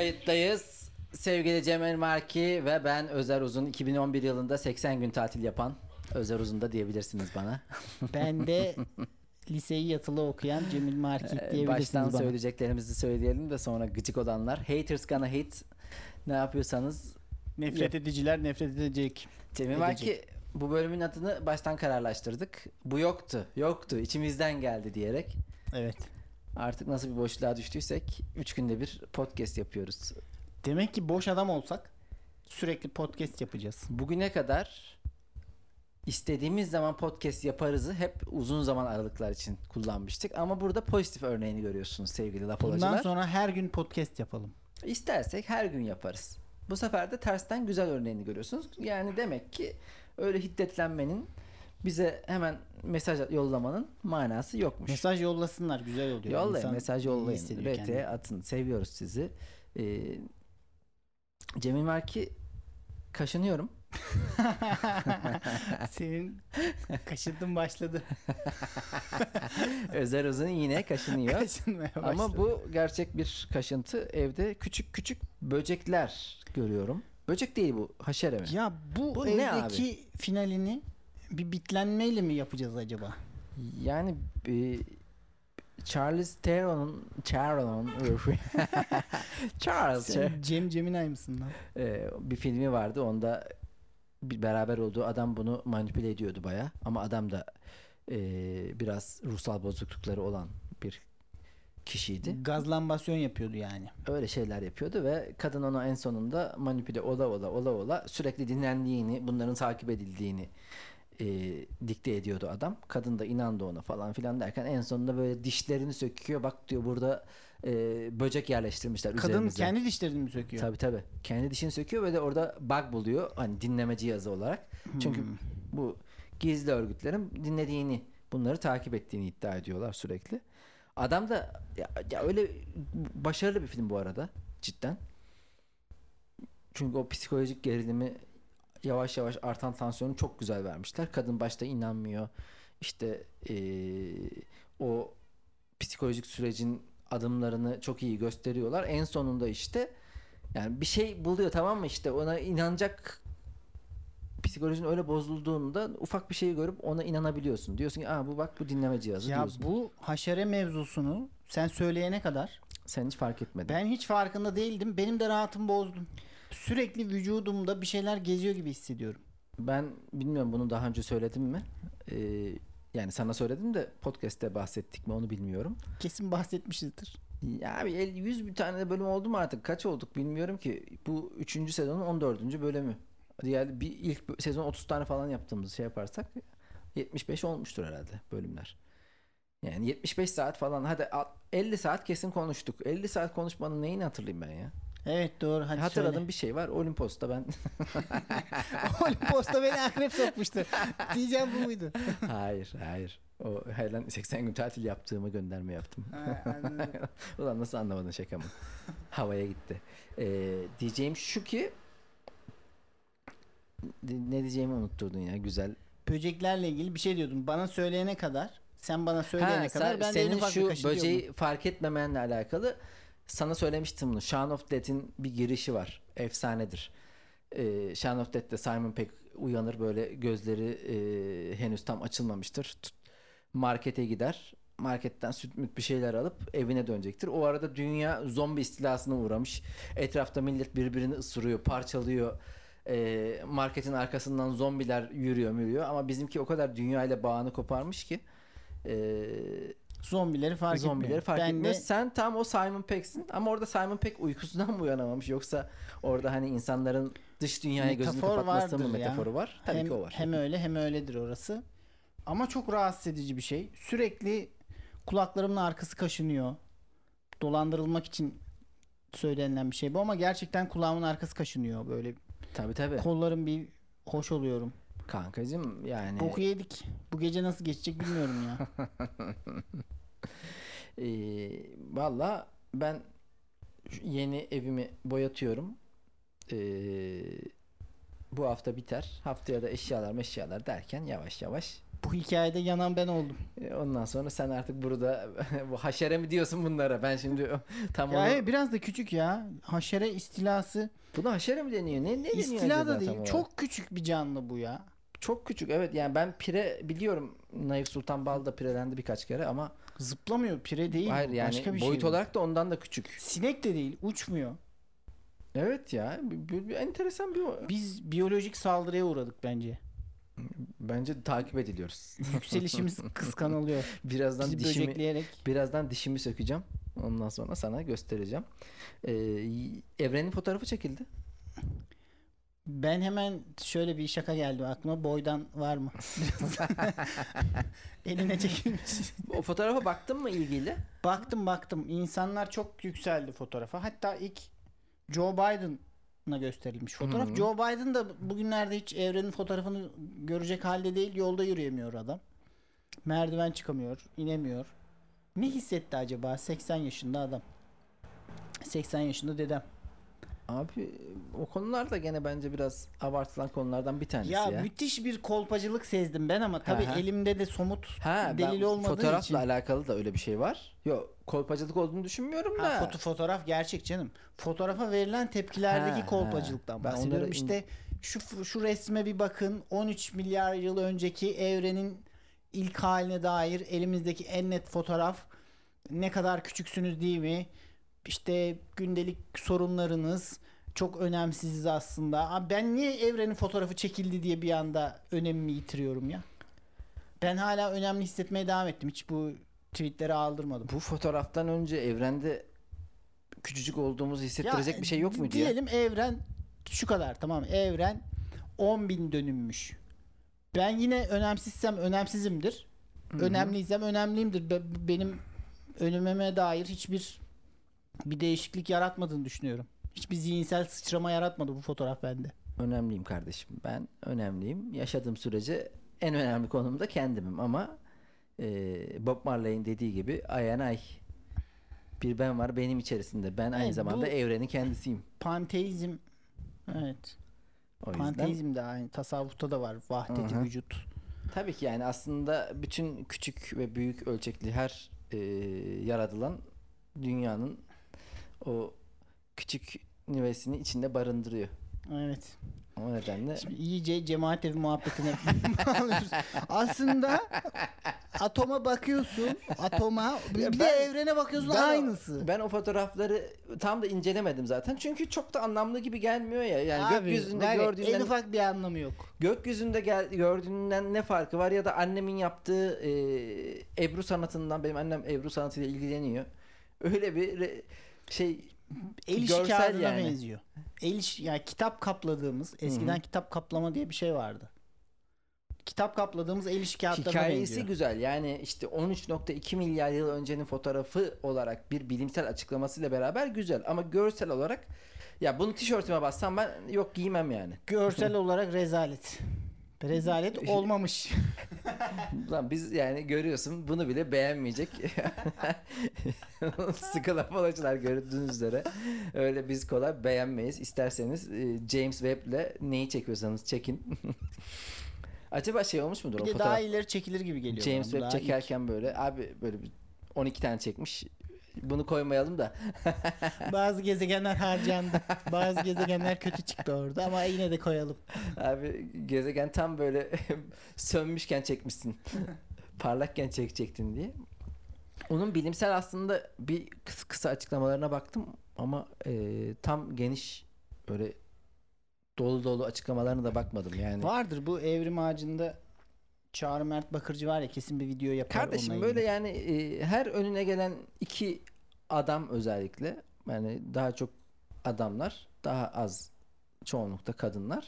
Kayıttayız. Sevgili Cemil Marki ve ben Özer Uzun. 2011 yılında 80 gün tatil yapan Özer Uzun da diyebilirsiniz bana. Ben de liseyi yatılı okuyan Cemil Marki diyebilirsiniz Baştan bana. söyleyeceklerimizi söyleyelim de sonra gıcık olanlar. Haters gonna hate. Ne yapıyorsanız. Nefret ediciler nefret edecek. Cemil Marki bu bölümün adını baştan kararlaştırdık. Bu yoktu. İçimizden geldi diyerek. Evet. Artık nasıl bir boşluğa düştüysek 3 günde bir podcast yapıyoruz. Demek ki boş adam olsak sürekli podcast yapacağız. Bugüne kadar istediğimiz zaman podcast yaparızı hep uzun zaman aralıklar için kullanmıştık. Ama burada pozitif örneğini görüyorsunuz sevgili lapolacılar. Bundan sonra her gün podcast yapalım. İstersek her gün yaparız. Bu sefer de tersten güzel örneğini görüyorsunuz. Yani demek ki öyle hiddetlenmenin, bize hemen mesaj yollamanın manası yokmuş. Mesaj yollasınlar, güzel oluyor. Yollayın, mesaj yollayın. RT atın. Seviyoruz sizi. Cemil Marki kaşınıyorum. Senin kaşındın başladı. Özer Uzun yine kaşınıyor. Kaşınmaya başladı. Ama bu gerçek bir kaşıntı. Evde küçük küçük böcekler görüyorum. Böcek değil bu. Haşere mi? Ya bu ne evdeki finalini bir bitlenmeyle mi yapacağız acaba? Yani Charles Theron'un Sen Cem Gemini mısın lan? bir filmi vardı. Onda beraber olduğu adam bunu manipüle ediyordu baya. Ama adam da biraz ruhsal bozuklukları olan bir kişiydi. Gazlambasyon yapıyordu yani. Öyle şeyler yapıyordu ve kadın ona en sonunda manipüle ola sürekli dinlendiğini, bunların takip edildiğini dikte ediyordu adam. Kadın da inandı ona falan filan derken en sonunda böyle dişlerini söküyor. Bak diyor, burada böcek yerleştirmişler Kadın üzerimize. kendi dişlerini mi söküyor? Tabii. Kendi dişini söküyor ve de orada bug buluyor. Hani dinleme cihazı olarak. Çünkü bu gizli örgütlerin dinlediğini, bunları takip ettiğini iddia ediyorlar sürekli. Adam da ya öyle başarılı bir film bu arada. Cidden. Çünkü o psikolojik gerilimi, yavaş yavaş artan tansiyonu çok güzel vermişler. Kadın başta inanmıyor. İşte o psikolojik sürecin adımlarını çok iyi gösteriyorlar. En sonunda işte yani bir şey buluyor, tamam mı, işte ona inanacak, psikolojinin öyle bozulduğunda ufak bir şeyi görüp ona inanabiliyorsun. Diyorsun ki bu bak, bu dinleme cihazı ya diyorsun. Bu haşere mevzusunu sen söyleyene kadar Sen hiç fark etmedin. ben hiç farkında değildim. Benim de rahatımı bozdun. Sürekli vücudumda bir şeyler geziyor gibi hissediyorum. Ben bilmiyorum, bunu daha önce söyledim mi? Yani sana söyledim de podcast'te bahsettik mi onu bilmiyorum. Kesin bahsetmişizdir. Ya abi 100 bir tane bölüm oldu mu artık? Kaç olduk bilmiyorum ki. Bu 3. sezonun 14. bölümü. Yani bir ilk sezon 30 tane falan yaptığımız şey yaparsak 75 olmuştur herhalde bölümler. Yani 75 saat falan. Hadi 50 saat kesin konuştuk. 50 saat konuşmanın neyini hatırlayayım ben ya? Evet doğru, hadi Hatırladığım söyle. bir şey var. Olimpos'ta ben Olimpos'ta beni akrep sokmuştu. Diyeceğim bu muydu? Hayır. O herden 80 gün tatil yaptığımı gönderme yaptım. Anladım. Ulan nasıl anlamadın şakamı? Havaya gitti. Diyeceğim şu ki, ne diyeceğimi unutturdun ya, güzel. Böceklerle ilgili bir şey diyordum. Bana söyleyene kadar, sen bana söyleyene kadar ben de en senin ufak bir şu kaşınıyorum. böceği fark etmemenle alakalı sana söylemiştim bunu. Shaun of Dead'in bir girişi var. Efsanedir. Shaun of Dead'de Simon Pegg uyanır, böyle gözleri henüz tam açılmamıştır. Markete gider. Marketten süt müt bir şeyler alıp evine dönecektir. O arada dünya zombi istilasına uğramış. Etrafta millet birbirini ısırıyor, parçalıyor. Marketin arkasından zombiler yürüyor ama bizimki o kadar dünyayla bağını koparmış ki Zombileri fark etmiyor. Sen tam o Simon Pegg'sin ama orada Simon Pegg uykusundan mı uyanamamış, yoksa orada hani insanların dış dünyaya gözünü kapatması mı metaforu var? Tabii ki o var. Hem öyle hem öyledir orası. Ama çok rahatsız edici bir şey. Sürekli kulaklarımın arkası kaşınıyor. Dolandırılmak için söylenilen bir şey bu ama gerçekten kulağımın arkası kaşınıyor böyle. Tabii. Kollarım bir hoş oluyorum. Kankacığım yani. Boku yedik. Bu gece nasıl geçecek bilmiyorum ya. Valla ben yeni evimi boyatıyorum. Bu hafta biter. Haftaya da eşyalar derken yavaş yavaş Bu hikayede yanan ben oldum. Ondan sonra sen artık burada bu haşere mi diyorsun bunlara? Ben şimdi tam Ya onu... biraz da küçük ya. Haşere istilası. Buna haşere mi deniyor? Ne deniyor İstila acaba da tam değil. olarak? Çok küçük bir canlı bu ya. Çok küçük, evet. Yani ben pire biliyorum. Naif Sultan Bal da pirelendi birkaç kere ama Zıplamıyor. Pire değil hayır bu. yani Başka bir boyut şey bu. olarak da ondan da küçük. Sinek de değil. Uçmuyor. Evet ya. Bir enteresan bir... Biz biyolojik saldırıya uğradık bence. Bence takip ediliyoruz. Yükselişimiz kıskanılıyor. Birazdan Bizi dişimi böcekleyerek. birazdan dişimi sökeceğim. Ondan sonra sana göstereceğim. Evrenin fotoğrafı çekildi. Ben hemen şöyle bir şaka geldi aklıma. Boydan var mı? Eline çekilmiş. O fotoğrafa baktın mı ilgiyle? Baktım. İnsanlar çok yükseldi fotoğrafa. Hatta ilk Joe Biden'a gösterilmiş fotoğraf. Hı. Joe Biden da bugünlerde hiç evrenin fotoğrafını görecek halde değil. Yolda yürüyemiyor adam. Merdiven çıkamıyor, inemiyor. Ne hissetti acaba? 80 yaşında adam. 80 yaşında dedem. Abi o konular da gene bence biraz abartılan konulardan bir tanesi ya. Müthiş bir kolpacılık sezdim ben ama tabii Hı hı. elimde de somut Ha, delil ben olmadığı fotoğrafla için. alakalı da öyle bir şey var. Yok, kolpacılık olduğunu düşünmüyorum da. Fotoğraf gerçek canım. Fotoğrafa verilen tepkilerdeki Ha, kolpacılıktan ha. Ben bahsediyorum. onları İşte şu resme bir bakın. 13 milyar yıl önceki evrenin ilk haline dair elimizdeki en net fotoğraf. Ne kadar küçüksünüz değil mi? İşte gündelik sorunlarınız çok önemsiz aslında. Abi ben niye evrenin fotoğrafı çekildi diye bir anda önemimi yitiriyorum ya? Ben hala önemli hissetmeye devam ettim. Hiç bu tweetleri aldırmadım. Bu fotoğraftan önce evrende küçücük olduğumuzu hissettirecek bir şey yok muydu ya? Diyelim evren şu kadar, tamam mı? Evren 10.000 dönümmüş. Ben yine önemsizsem önemsizimdir. Hı-hı. Önemliysem önemliyimdir. Benim önümeme dair bir değişiklik yaratmadığını düşünüyorum. Hiçbir zihinsel sıçrama yaratmadı bu fotoğraf bende. Önemliyim kardeşim. Ben önemliyim. Yaşadığım sürece en önemli konumda kendimim ama Bob Marley'in dediği gibi I and I. Bir ben var benim içerisinde. Ben aynı Evet, zamanda bu- evrenin kendisiyim. Panteizm, evet. O yüzden Panteizm de aynı. Tasavvufta da var. Vahdeti Hı hı. vücut. tabii ki yani aslında bütün küçük ve büyük ölçekli her yaratılan dünyanın o küçük nüvesini içinde barındırıyor. Evet. O nedenle Şimdi iyice cemaat evi muhabbetine bağlıyoruz. Aslında atoma bakıyorsun, bir de ben- evrene bakıyorsun, Ben aynısı. Ben o fotoğrafları tam da incelemedim zaten. Çünkü çok da anlamlı gibi gelmiyor ya. Yani Abi, gökyüzünde var ya, gördüğünden en ufak bir anlamı yok. gökyüzünde gördüğünden ne farkı var ya da annemin yaptığı Ebru sanatından, benim annem Ebru sanatıyla ilgileniyor. Öyle bir şey El işi görsel kağıdına yani. benziyor. Yani kitap kapladığımız, eskiden kitap kaplama diye bir şey vardı. Kitap kapladığımız el işi kağıtlarına Hikayesi benziyor. güzel. Yani işte 13.2 milyar yıl öncenin fotoğrafı olarak bir bilimsel açıklamasıyla beraber güzel ama görsel olarak ya bunu tişörtüme bassam ben yok giymem yani. Görsel olarak rezalet. Rezalet olmamış. Lan biz yani görüyorsun bunu bile beğenmeyecek. Sıkı lafalacılar gördüğünüz üzere. Öyle biz kolay beğenmeyiz. İsterseniz James Webb'le neyi çekiyorsanız çekin. Acaba şey olmuş mudur Bir o de fotoğraf? daha ileri çekilir gibi geliyor. James bana. Bu Webb daha çekerken böyle abi böyle bir 12 tane çekmiş. Bunu koymayalım da. Bazı gezegenler harcandı. Bazı gezegenler kötü çıktı orada ama yine de koyalım. Abi gezegen tam böyle sönmüşken çekmişsin. Parlakken çekecektin diye. Onun bilimsel aslında bir kısa açıklamalarına baktım ama tam geniş böyle dolu dolu açıklamalarına da bakmadım yani. Vardır bu evrim ağacında Çağrı Mert Bakırcı var ya, kesin bir video yapar. Kardeşim onunla böyle ilgili. yani her önüne gelen iki adam özellikle yani daha çok adamlar daha az çoğunlukta kadınlar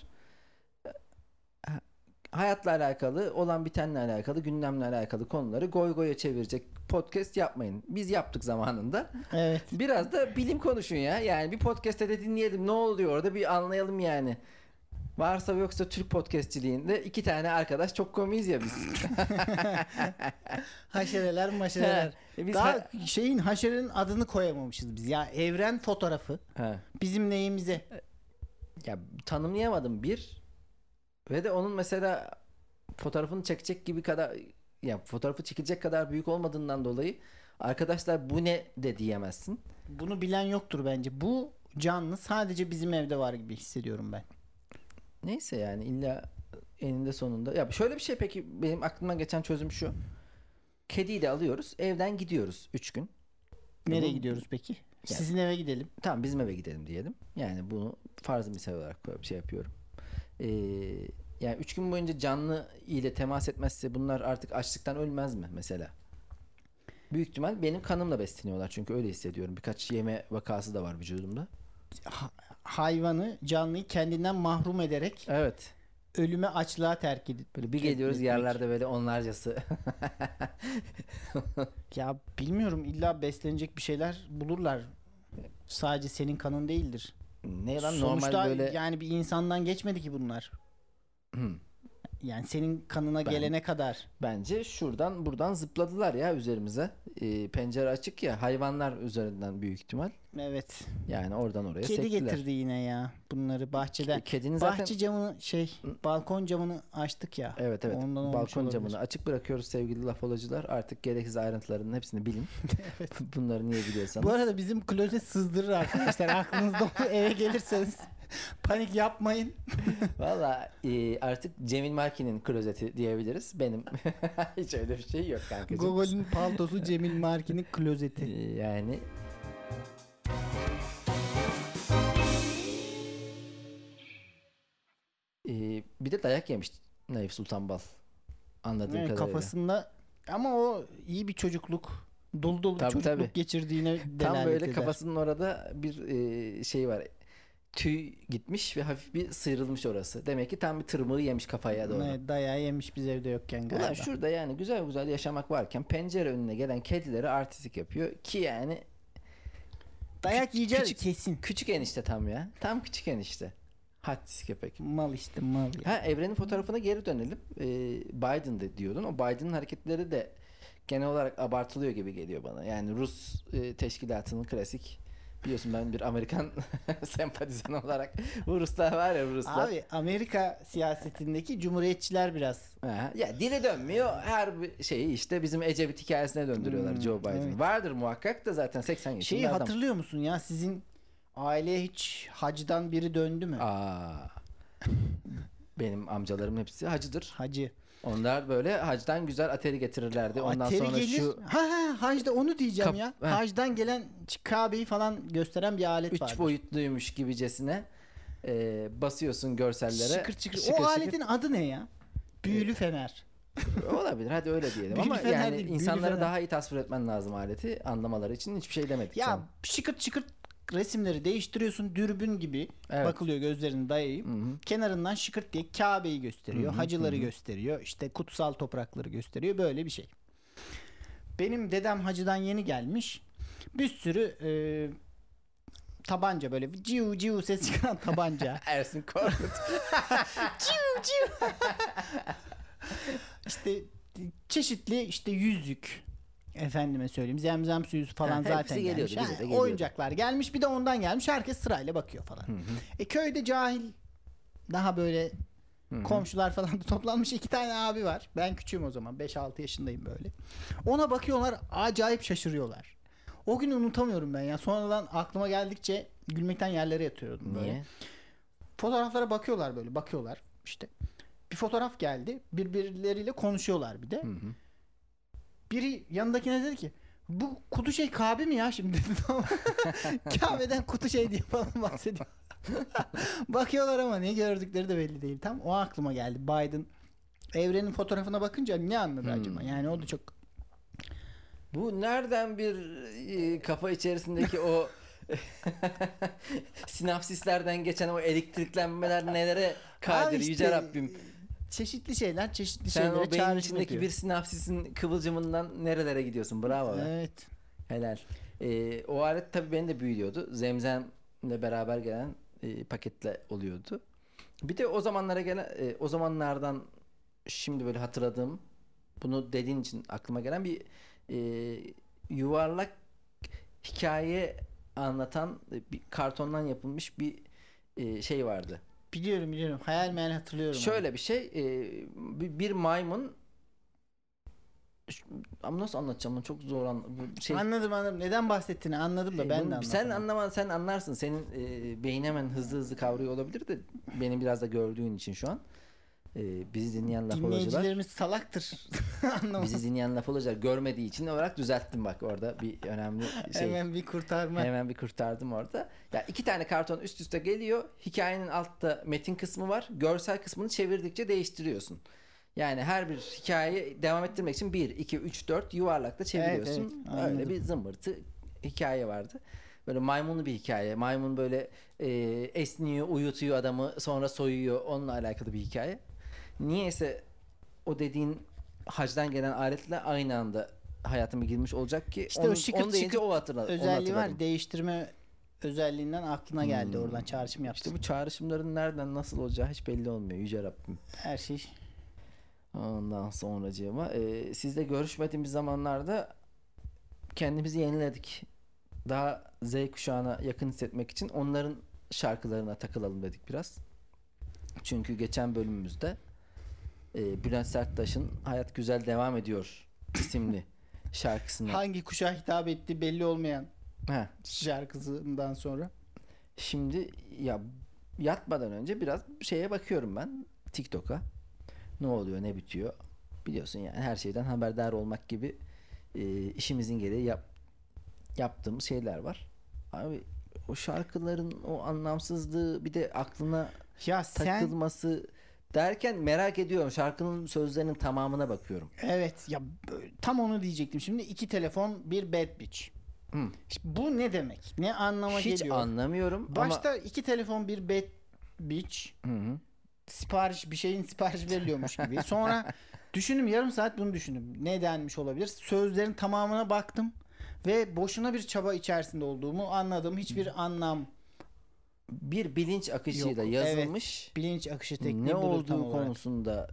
hayatla alakalı olan bitenle alakalı gündemle alakalı konuları goy goya çevirecek podcast yapmayın. Biz yaptık zamanında. Evet. Biraz da bilim konuşun ya. Yani bir podcast'te de dinleyelim. Ne oluyor orada bir anlayalım yani. Varsa yoksa Türk podcastçiliğinde iki tane arkadaş çok komiyiz ya biz. Haşereler maşereler. Biz Daha haşerenin adını koyamamışız biz. Ya evren fotoğrafı ha. bizim neyimize? Ya tanımlayamadım bir ve de onun mesela fotoğrafını çekecek gibi kadar, ya fotoğrafı çekilecek kadar büyük olmadığından dolayı arkadaşlar bu ne de diyemezsin. Bunu bilen yoktur bence. Bu canlı sadece bizim evde var gibi hissediyorum ben. Neyse yani illa eninde sonunda. Ya şöyle bir şey, peki benim aklıma geçen çözüm şu. Kediyi de alıyoruz, evden gidiyoruz 3 gün. Nereye Tamam. gidiyoruz peki? Yani- Sizin eve gidelim. Tamam, bizim eve gidelim diyelim. Yani bunu farz misal olarak bir şey yapıyorum. Ee, Yani 3 gün boyunca canlı ile temas etmezse bunlar artık açlıktan ölmez mi mesela? Büyük ihtimal benim kanımla besleniyorlar, çünkü öyle hissediyorum. Birkaç yeme vakası da var vücudumda. Hayvanı, canlıyı kendinden mahrum ederek Evet. ölüme, açlığa terk edip Böyle bir geliyoruz, etmek. yerlerde böyle onlarcası. Ya bilmiyorum, illa beslenecek bir şeyler bulurlar. Sadece senin kanın değildir. Ne lan, Sonuçta normal böyle. yani bir insandan geçmedi ki bunlar. Yani senin kanına Ben- gelene kadar. Bence şuradan buradan zıpladılar ya üzerimize. Pencere açık ya, hayvanlar üzerinden büyük ihtimal. Evet. Yani oradan oraya Kedi sektiler. getirdi yine ya bunları bahçeden. Kedinin zaten Bahçe camını balkon camını açtık ya. evet Ondan olmuş balkon olabilir. camını açık bırakıyoruz sevgili lafolacılar. Artık gereksiz ayrıntılarının hepsini bilin. Bunları niye biliyorsanız. Bu arada bizim klozet sızdırır arkadaşlar. Aklınızda olur, eve gelirseniz panik yapmayın. Valla artık Cemil Marki'nin klozeti diyebiliriz. Benim hiç öyle bir şey yok kankacığım. Gogol'ün paltosu, Cemil Marki'nin klozeti. Yani bir de dayak yemiş Naif Sultan Bal. Anladığım Evet, kadarıyla. kafasında, ama o iyi bir çocukluk. Dolu dolu bir Tabii, çocukluk tabii. geçirdiğine Tam delalet böyle eder. kafasının orada bir şey var. Tüy gitmiş ve hafif bir sıyrılmış orası. Demek ki tam bir tırmığı yemiş kafaya doğru. Evet, dayağı yemiş biz evde yokken galiba. Ulan şurada yani güzel güzel yaşamak varken pencere önüne gelen kedilere artistik yapıyor ki yani Dayak yiyeceğiz küçük- kesin. küçük enişte tam ya. Tam küçük enişte. Hadsiz köpek. Mal işte, mal ya. Ha, evrenin fotoğrafına geri dönelim. Biden'dı diyordun. O Biden'ın hareketleri de genel olarak abartılıyor gibi geliyor bana. Yani Rus teşkilatının klasik, biliyorsun ben bir Amerikan sempatizanı olarak, bu Ruslar var ya, Ruslar. Abi Amerika siyasetindeki cumhuriyetçiler biraz. Ha, ya dili dönmüyor. Her bir şeyi işte bizim Ecevit hikayesine döndürüyorlar Joe Biden. evet. Vardır muhakkak da zaten 80 yaşında Şeyi adam. hatırlıyor musun ya, sizin aileye hiç hacdan biri döndü mü? Aa. Benim amcalarım hepsi hacıdır. Hacı. Onlar böyle hacdan güzel ateri getirirlerdi. Ondan Ateri sonra gelir. şu Ha hacda onu diyeceğim Kap- ya. ha. Hacdan gelen Kabe'yi falan gösteren bir alet üç vardır. boyutluymuş gibicesine basıyorsun görsellere. Şıkır çıkır. Şıkır O şıkır. aletin adı ne ya? Büyülü fener. Olabilir, hadi öyle diyelim. Büyülü Ama fener yani değil, büyülü insanlara fener. daha iyi tasvir etmen lazım aleti anlamaları için, hiçbir şey demedik. Ya sana. şıkırt şıkırt resimleri değiştiriyorsun, dürbün gibi Evet. bakılıyor, gözlerini dayayıp. Hı-hı. Kenarından şıkırt diye Kabe'yi gösteriyor, Hı hı, hacıları hı hı. gösteriyor, işte kutsal toprakları gösteriyor, böyle bir şey. Benim dedem hacıdan yeni gelmiş. Bir sürü tabanca, böyle ciu ciu ses çıkaran tabanca. Ersin Korkut. Ciu ciu. İşte çeşitli işte yüzük, efendime söyleyeyim, zemzem suyu falan Ha, hepsi zaten geliyordu, gelmiş. bize de Ha, geliyordu. oyuncaklar gelmiş, bir de ondan gelmiş. Herkes sırayla bakıyor falan. Köyde cahil, daha böyle komşular falan da toplanmış, 2 tane abi var. Ben küçüğüm o zaman, 5-6 yaşındayım böyle. Ona bakıyorlar, acayip şaşırıyorlar. O günü unutamıyorum ben ya. Sonradan aklıma geldikçe gülmekten yerlere yatıyordum böyle. Niye? Fotoğraflara bakıyorlar, böyle bakıyorlar işte. Bir fotoğraf geldi. Birbirleriyle konuşuyorlar bir de. Biri yanındakine dedi ki, bu kutu şey Kabe mi ya şimdi, dedi. Tamam. Kabe'den kutu şey diye falan bahsediyor. Bakıyorlar ama ne gördükleri de belli değil. Tam o aklıma geldi. Biden evrenin fotoğrafına bakınca ne anladı acaba? Yani o da çok... Bu nereden bir kafa içerisindeki o sinapsislerden geçen o elektriklenmeler nelere kadir Abi işte, yüce Rabbim. çeşitli şeyler, çeşitli Sen şeylere o beynin çağrışım içindeki yapıyor. bir sinapsisin kıvılcımından nerelere gidiyorsun, bravo be. Evet. Helal. O alet tabii beni de büyülüyordu. Zemzemle beraber gelen paketle oluyordu. Bir de o zamanlara gelen o zamanlardan şimdi böyle hatırladığım, bunu dediğin için aklıma gelen bir yuvarlak hikaye anlatan bir kartondan yapılmış bir şey vardı. Biliyorum. Hayal meyal hatırlıyorum. Şöyle bir şey, bir maymun, ama nasıl anlatacağım bunu, çok zor şey. Anladım. Neden bahsettiğini anladım da ben de anlamadım. Sen anlarsın. Senin beyin hemen hızlı kavruyor olabilir de benim biraz da gördüğün için şu an. Bizi dinleyen laf olacaklar. Dinleyicilerimiz salaktır. Bizi dinleyen laf olacaklar görmediği için olarak düzelttim bak, orada bir önemli şey. Hemen bir kurtarma. Hemen bir kurtardım orada. Ya 2 tane karton üst üste geliyor. Hikayenin altta metin kısmı var. Görsel kısmını çevirdikçe değiştiriyorsun. Yani her bir hikayeyi devam ettirmek için 1, 2, 3, 4 yuvarlakta çeviriyorsun. Evet, öyle bir zımbırtı hikaye vardı. Böyle maymunlu bir hikaye. Maymun böyle esniyor, uyutuyor adamı, sonra soyuyor. Onunla alakalı bir hikaye. Niyeyse o dediğin hacdan gelen aletle aynı anda hayatıma girmiş olacak ki İşte o şıkırt o hatırladım. özelliği var. Değiştirme özelliğinden aklına geldi. Oradan çağrışım yaptı. İşte bu çağrışımların nereden nasıl olacağı hiç belli olmuyor. Yüce Rabbim. Her şey. Ondan sonracığıma sizle görüşmediğimiz zamanlarda kendimizi yeniledik. Daha Z kuşağına yakın hissetmek için onların şarkılarına takılalım dedik biraz. Çünkü geçen bölümümüzde Bülent Serttaş'ın Hayat Güzel Devam Ediyor isimli şarkısına. Hangi kuşağa hitap ettiği belli olmayan He. şarkısından sonra. Şimdi ya yatmadan önce biraz şeye bakıyorum ben, TikTok'a. Ne oluyor, ne bitiyor? Biliyorsun yani her şeyden haberdar olmak gibi işimizin gereği yaptığımız şeyler var. Abi o şarkıların o anlamsızlığı, bir de aklına Ya takılması derken merak ediyorum. Şarkının sözlerinin tamamına bakıyorum. Evet ya, tam onu diyecektim. Şimdi 2 telefon bir bad bitch. İşte bu ne demek? Ne anlama Hiç geliyor? anlamıyorum. Başta 2 telefon bir bad bitch. Hı. Sipariş, bir şeyin siparişi veriliyormuş gibi. Sonra düşündüm, yarım saat bunu düşündüm. Ne denmiş olabilir? Sözlerin tamamına baktım ve boşuna bir çaba içerisinde olduğumu anladım. Hiçbir anlam, Bir bilinç akışıyla yok. yazılmış. Evet, bilinç akışı tekniği Ne budur tam olduğu olarak. konusunda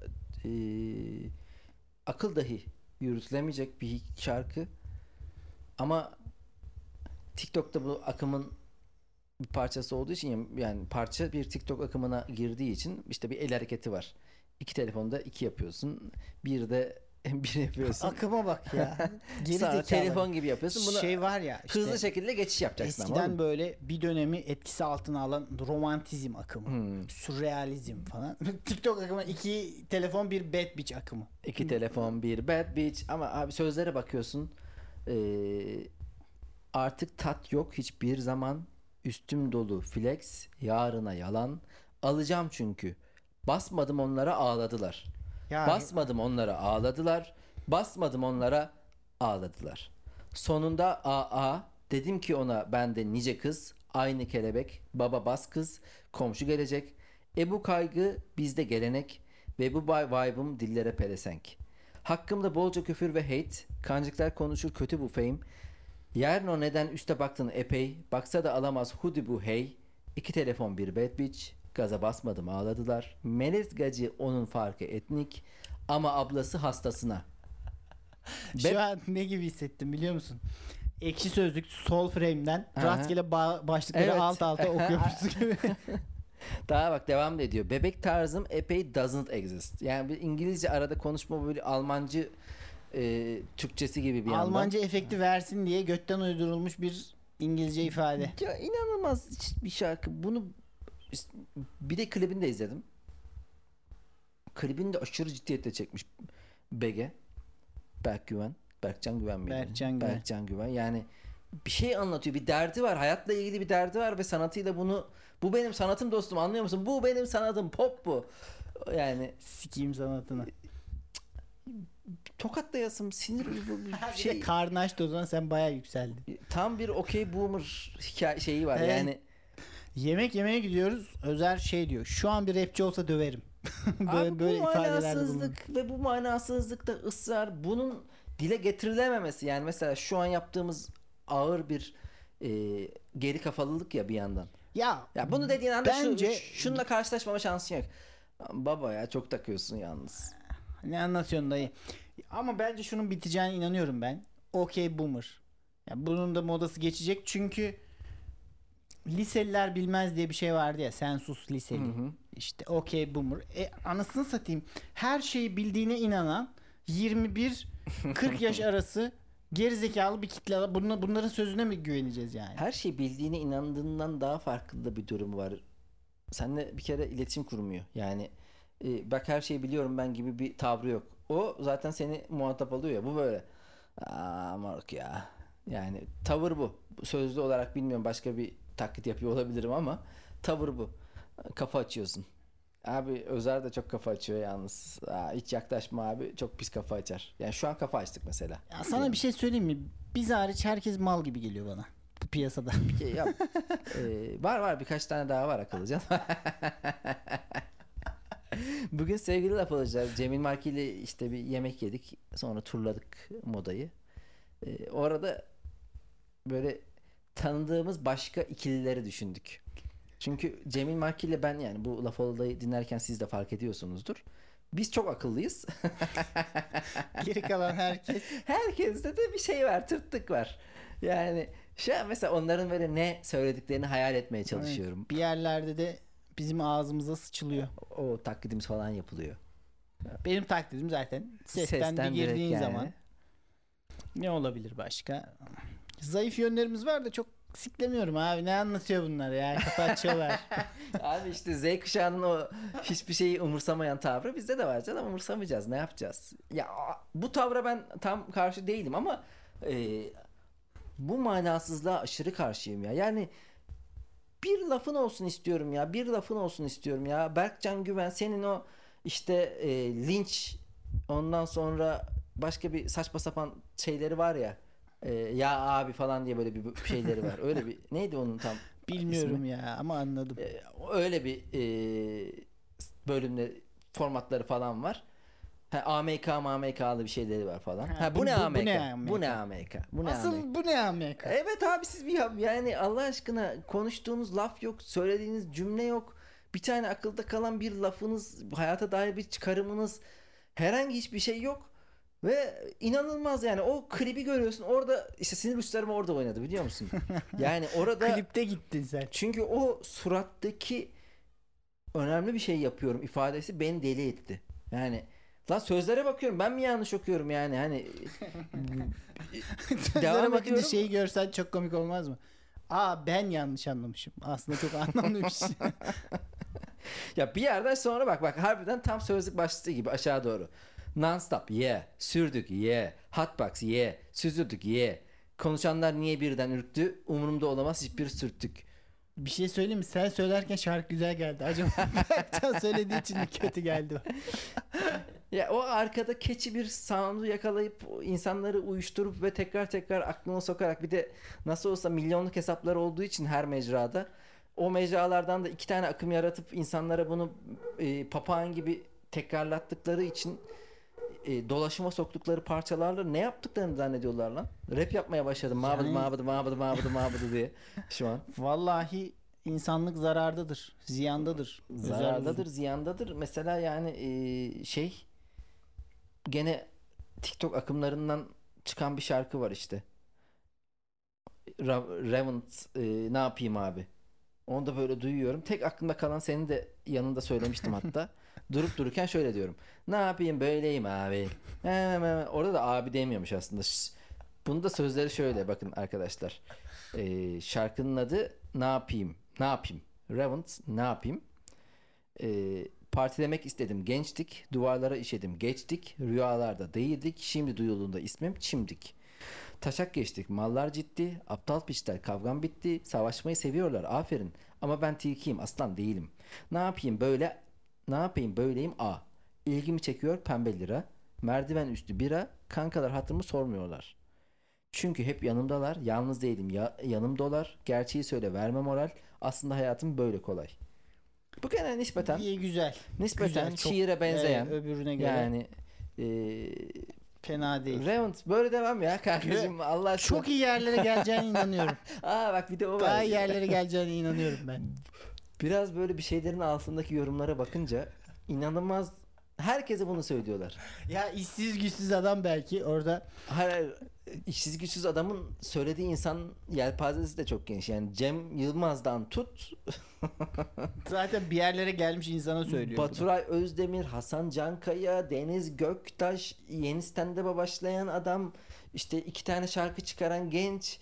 akıl dahi yürütülemeyecek bir şarkı. Ama TikTok'ta bu akımın bir parçası olduğu için, yani parça bir TikTok akımına girdiği için işte bir el hareketi var. 2 telefonda 2 yapıyorsun. Bir de 1 yapıyorsun. Akıma bak ya. Geri Sonra zekalı. telefon gibi yapıyorsun. Bunu Şey var ya işte, hızlı şekilde geçiş yapacaksın ama. eskiden böyle bir dönemi etkisi altına alan romantizm akımı, Hmm. sürrealizm falan. TikTok akımı, 2 telefon bir bad bitch akımı. 2 telefon, bir bad bitch. Ama abi sözlere bakıyorsun. Artık tat yok hiçbir zaman. Üstüm dolu flex, yarına yalan. Alacağım çünkü. Basmadım onlara, ağladılar. Ya Basmadım onlara, ağladılar. Basmadım onlara, ağladılar. Sonunda aa dedim ki ona, bende nice kız, aynı kelebek, baba bas kız, komşu gelecek. Bu kaygı bizde gelenek ve bu vibe'ım dillere pelesenk. Hakkımda bolca küfür ve hate, kancıklar konuşur kötü bu fame. Yarın o neden üste baktın epey, baksa da alamaz hudi bu hey. 2 telefon bir bad bitch, gaza basmadım ağladılar. Melez gacı onun farkı etnik, ama ablası hastasına. şu an ne gibi hissettim biliyor musun? Ekşi Sözlük sol frame'den Aha. rastgele başlıkları Evet. alt alta okuyormuşsun gibi. Daha bak devam da ediyor. Bebek tarzım epey doesn't exist. Yani bir İngilizce arada konuşma, böyle Almancı Türkçesi gibi bir yandan. Almanca efekti versin diye götten uydurulmuş bir İngilizce ifade. Ya inanılmaz bir şarkı. Bunu bir de klibini de izledim. Klibini de aşırı ciddiyetle çekmiş Bege. Berkcan Güven miydi? Berkcan Güven. Berkcan Güven. Yani bir şey anlatıyor. Bir derdi var. Hayatla ilgili bir derdi var ve sanatıyla bunu, bu benim sanatım dostum, anlıyor musun? Bu benim sanatım. Pop bu. Yani Sikiyim sanatını. tokatlayasım, sinir bir Şey, şey. karnı açtı o zaman, sen bayağı yükseldin. Tam bir okey boomer şeyi var. Evet. Yani Yemek yemeye gidiyoruz. Özer şey diyor. Şu an bir rapçi olsa döverim. Abi bu ifadelerde bulunuyor. manasızlık ve bu manasızlıkta ısrar, bunun dile getirilememesi, yani mesela şu an yaptığımız ağır bir geri kafalılık ya bir yandan. Ya Bunu dediğin anda bence şununla karşılaşmama şansın yok. Baba ya çok takıyorsun yalnız. ne anlatıyorsun dayı? Ama bence şunun biteceğine inanıyorum ben. Okey boomer. Ya bunun da modası geçecek çünkü liseliler bilmez diye bir şey vardı ya. Sen sus liseli. Hı hı. İşte okey boomer. Anasını satayım. Her şeyi bildiğine inanan 21-40 yaş arası gerizekalı bir kitle var. Bunların sözüne mi güveneceğiz yani? Her şey bildiğine inandığından daha farklı da bir durum var. Seninle bir kere iletişim kurmuyor. Yani bak her şeyi biliyorum ben gibi bir tavrı yok. O zaten seni muhatap alıyor ya. Bu böyle. Aa moruk ya. Yani tavır bu. Sözlü olarak bilmiyorum, başka bir taklit yapıyor olabilirim ama tavır bu. Kafa açıyorsun. Abi Özer de çok kafa açıyor yalnız. Hiç yaklaşma abi. Çok pis kafa açar. Yani şu an kafa açtık mesela. Ya sana bir şey söyleyeyim mi? Biz hariç herkes mal gibi geliyor bana. Bu piyasada. Yap. Var birkaç tane daha var akıllıca. Bugün sevgili laf alacağız. Cemil Marki ile işte bir yemek yedik. Sonra turladık modayı. Orada böyle tanıdığımız başka ikilileri düşündük. Çünkü Cemil Marki ile ben, yani bu laf olayı dinlerken siz de fark ediyorsunuzdur. Biz çok akıllıyız. Geri kalan herkes. Herkeste de bir şey var, tırtık var. Yani şu an mesela onların böyle ne söylediklerini hayal etmeye çalışıyorum. Evet, bir yerlerde de bizim ağzımıza sıçılıyor. O taklidimiz falan yapılıyor. Benim taklidim zaten sesten bir direkt girdiğin yani. zaman. Ne olabilir başka? Zayıf yönlerimiz var da çok siklemiyorum abi. Ne anlatıyor bunlar ya? Kafa açıyorlar. Abi işte Z kuşağının o hiçbir şeyi umursamayan tavrı bizde de var canım, umursamayacağız, ne yapacağız? Ya bu tavra ben tam karşı değilim ama bu manasızlığa aşırı karşıyım ya. Yani bir lafın olsun istiyorum ya. Bir lafın olsun istiyorum ya. Berkcan Güven senin o işte linç, ondan sonra başka bir saçma sapan şeyleri var ya. Ya abi falan diye böyle bir şeyleri var. Öyle bir neydi onun tam Bilmiyorum ismi? ya ama anladım. Öyle bir bölümleri, formatları falan var. AMK'lı bir şeyleri var falan. Bu ne AMK? Bu ne AMK? Bu ne Asıl AMK? bu ne Amerika? Evet abi, siz bir yani Allah aşkına konuştuğunuz laf yok, söylediğiniz cümle yok. Bir tane akılda kalan bir lafınız, hayata dair bir çıkarımınız, herhangi hiçbir şey yok. Ve inanılmaz yani, o klibi görüyorsun orada, işte sinir uçlarım orada oynadı, biliyor musun? Yani orada Klipte gittin sen. çünkü o surattaki önemli bir şey yapıyorum ifadesi beni deli etti. Yani lan sözlere bakıyorum, ben mi yanlış okuyorum yani, hani Sözlere devam bakınca ediyorum. şeyi görsen çok komik olmaz mı? Aa ben yanlış anlamışım. Aslında çok anlamlıymış. Ya bir yerden sonra bak harbiden tam sözlük başlığı gibi aşağı doğru. Non-stop yeah, sürdük yeah, hotbox yeah, süzüldük yeah. Konuşanlar niye birden ürktü? Umurumda olamaz, hiçbir sürttük. Bir şey söyleyeyim mi? Sen söylerken şarkı güzel geldi. Acaba Berkcan söylediği için mi kötü geldi? Ya o arkada keçi bir sound'u yakalayıp insanları uyuşturup ve tekrar aklına sokarak, bir de nasıl olsa milyonluk hesaplar olduğu için her mecrada, o mecralardan da iki tane akım yaratıp insanlara bunu papağan gibi tekrarlattıkları için dolaşıma soktukları parçalarla ne yaptıklarını zannediyorlar lan. Rap yapmaya başladım. Mabıdı diye şu an. Vallahi insanlık zarardadır. Ziyandadır. Zarardadır, ziyandadır. Mesela yani gene TikTok akımlarından çıkan bir şarkı var işte. Revent ne yapayım abi. Onu da böyle duyuyorum. Tek aklımda kalan, senin de yanında söylemiştim hatta. Durup dururken şöyle diyorum. Ne yapayım böyleyim abi. Orada da abi demiyormuş aslında. Bunu da sözleri şöyle, bakın arkadaşlar. Şarkının adı Ne yapayım. Ne yapayım. Revent ne yapayım. Partilemek istedim gençtik. Duvarlara işedim geçtik. Rüyalarda değildik. Şimdi duyulduğunda ismim Çimdik. Taşak geçtik, mallar ciddi, aptal piçler, kavgam bitti, savaşmayı seviyorlar, aferin. Ama ben tilkiyim, aslan değilim. Ne yapayım böyle, ne yapayım böyleyim a. İlgimi çekiyor pembe lira, merdiven üstü bira, kankalar hatırımı sormuyorlar. Çünkü hep yanımdalar, yalnız değilim, yanımdalar, gerçeği söyle verme moral, aslında hayatım böyle kolay. Bu gene nispeten, İyi güzel. nispeten Güzel, çok, şiire benzeyen, öbürüne göre yani fena değil. Revent böyle devam ya kardeşim, Allah aşkına. Çok iyi yerlere geleceğine inanıyorum. Bak bir de o var. Daha iyi yerlere geleceğine inanıyorum ben. Biraz böyle bir şeylerin altındaki yorumlara bakınca inanılmaz Herkese bunu söylüyorlar. Ya işsiz güçsüz adam belki orada. Hayır, işsiz güçsüz adamın söylediği insan yelpazesi de çok geniş. Yani Cem Yılmaz'dan tut Zaten bir yerlere gelmiş insana söylüyor. Baturay Özdemir, Hasan Cankaya, Deniz Göktaş, yeni stand-up'a başlayan adam, işte 2 tane şarkı çıkaran genç,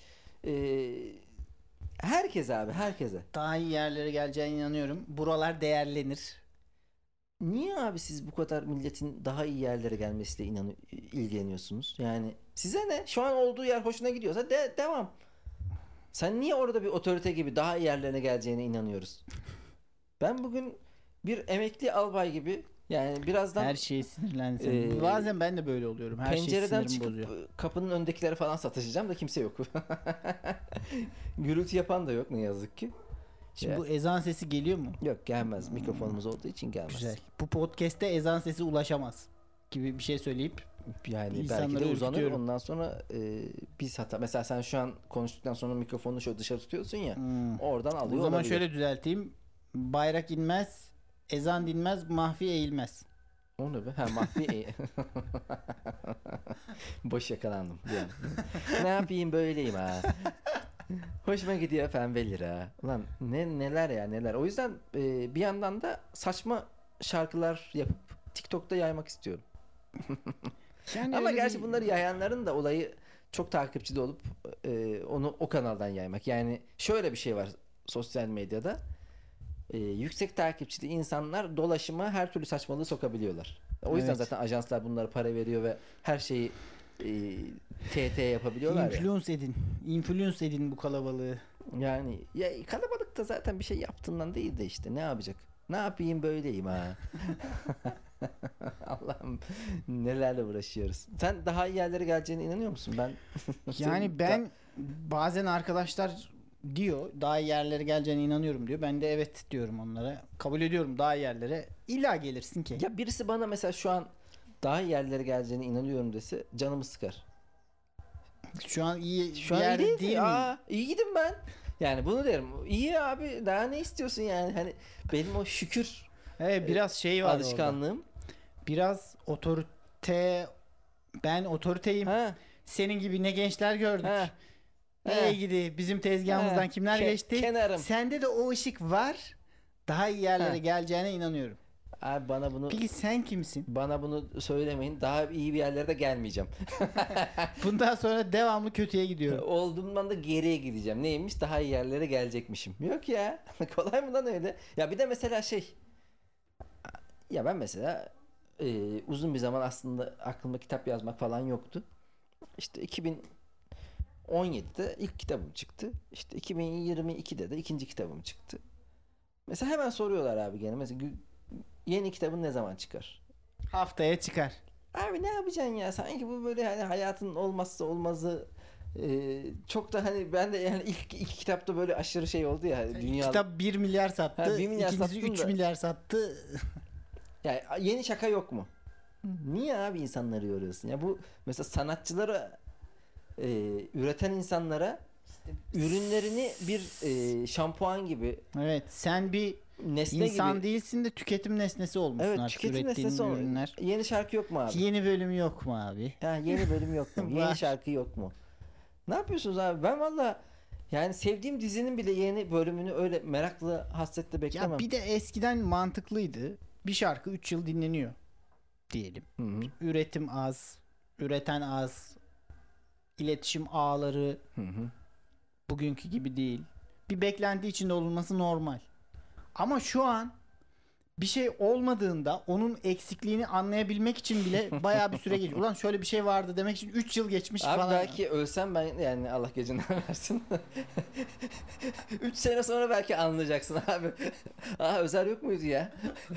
herkese abi, herkese. Daha iyi yerlere geleceğine inanıyorum. Buralar değerlenir. Niye abi siz bu kadar milletin daha iyi yerlere gelmesiyle ilgileniyorsunuz? Yani size ne? Şu an olduğu yer hoşuna gidiyorsa devam. Sen niye orada bir otorite gibi daha iyi yerlerine geleceğine inanıyoruz? Ben bugün bir emekli albay gibi, yani birazdan Her şeye sinirlensin. Bazen ben de böyle oluyorum. Her pencereden şey çıkıp bozuyor. kapının öndekileri falan sataşacağım da kimse yok. Gürültü yapan da yok ne yazık ki. Şimdi Ya. bu ezan sesi geliyor mu? Yok, gelmez. Mikrofonumuz olduğu için gelmez. Güzel. Bu podcast'te ezan sesi ulaşamaz gibi bir şey söyleyip Yani İnsanları belki de uzanır, ürkütüyorum. ondan sonra biz hata. Mesela sen şu an konuştuktan sonra mikrofonunu şöyle dışarı tutuyorsun ya. Oradan alıyor o zaman olabilir. şöyle düzelteyim. Bayrak inmez, ezan dinmez, mahfi eğilmez. O ne be? Ha, mahfi. Boş yakalandım bir an. Ne yapayım, böyleyim ha. Hoşuma gidiyor pembe lira. Ulan neler ya neler. O yüzden bir yandan da saçma şarkılar yapıp TikTok'ta yaymak istiyorum. Yani Ama öyle gerçi bir- bunları yayanların da olayı çok takipçili olup onu o kanaldan yaymak. Yani şöyle bir şey var sosyal medyada. Yüksek takipçili insanlar dolaşıma her türlü saçmalığı sokabiliyorlar. O yüzden Evet. zaten ajanslar bunlara para veriyor ve her şeyi TT yapabiliyorlar ya. Influence edin bu kalabalığı. Yani ya kalabalıkta zaten bir şey yaptığından değil de işte ne yapacak? Ne yapayım, böyleyim ha. Allah'ım, nelerle uğraşıyoruz. Sen daha iyi yerlere geleceğine inanıyor musun? Ben Yani ben bazen arkadaşlar diyor daha iyi yerlere geleceğine inanıyorum diyor. Ben de evet diyorum onlara. Kabul ediyorum daha iyi yerlere. İlla gelirsin ki. ya birisi bana mesela şu an daha iyi yerlere geleceğine inanıyorum dese canımı sıkar. Şu an iyi Şu bir an iyi yerde değil, değil mi? iyi gidin ben. Yani bunu derim. İyi abi, daha ne istiyorsun yani? Hani benim o şükür Evet, biraz şey var orada. alışkanlığım. Biraz otorite, ben otoriteyim. Ha. Senin gibi ne gençler gördük. Ha. Ne Ha. gidi bizim tezgahımızdan Ha. kimler geçti. Kenarım. Sende de o ışık var. Daha iyi yerlere Ha. geleceğine inanıyorum. Abi Peki sen kimsin? bana bunu söylemeyin. Daha iyi bir yerlere de gelmeyeceğim. Bundan sonra devamlı kötüye gidiyorum. Olduğumdan da geriye gideceğim. Neymiş? Daha iyi yerlere gelecekmişim. Yok ya. Kolay mı lan öyle? Ya bir de mesela ya ben mesela uzun bir zaman aslında aklımda kitap yazmak falan yoktu. İşte 2017'de ilk kitabım çıktı. İşte 2022'de de ikinci kitabım çıktı. Mesela hemen soruyorlar abi gene. Mesela yeni kitabın ne zaman çıkar? Haftaya çıkar. Abi ne yapacaksın ya? Sanki bu böyle hani hayatın olmazsa olmazı, çok da hani ben de yani ilk iki kitapta böyle aşırı şey oldu ya. Dünya Kitap 1 milyar sattı. Ha, 1 milyar İkincisi sattın 3 da. milyar sattı. Yani yeni şaka yok mu? Niye abi insanları yoruyorsun? Ya bu mesela sanatçılara, üreten insanlara ürünlerini bir şampuan gibi, Evet, sen bir nesne insan gibi. değilsin de tüketim nesnesi olmuşsun Evet, artık tüketim ürettiğin nesnesi ürünler. Yeni şarkı yok mu abi? Yeni bölümü yok mu abi? Ha, yeni bölüm yok mu? Var. Yeni şarkı yok mu? Ne yapıyorsunuz abi? Ben valla yani sevdiğim dizinin bile yeni bölümünü öyle meraklı, hasretle beklemem. Ya bir de eskiden mantıklıydı. Bir şarkı 3 yıl dinleniyor diyelim. Hı hı. Üretim az, üreten az, iletişim ağları Hı hı. bugünkü gibi değil. Bir beklenti içinde olunması normal. Ama şu an bir şey olmadığında onun eksikliğini anlayabilmek için bile bayağı bir süre geçiyor. Ulan şöyle bir şey vardı demek için 3 yıl geçmiş Abi falan. belki ölsem ben, yani Allah gecinden versin. 3 sene sonra belki anlayacaksın abi. Aa, Özer yok muydu ya?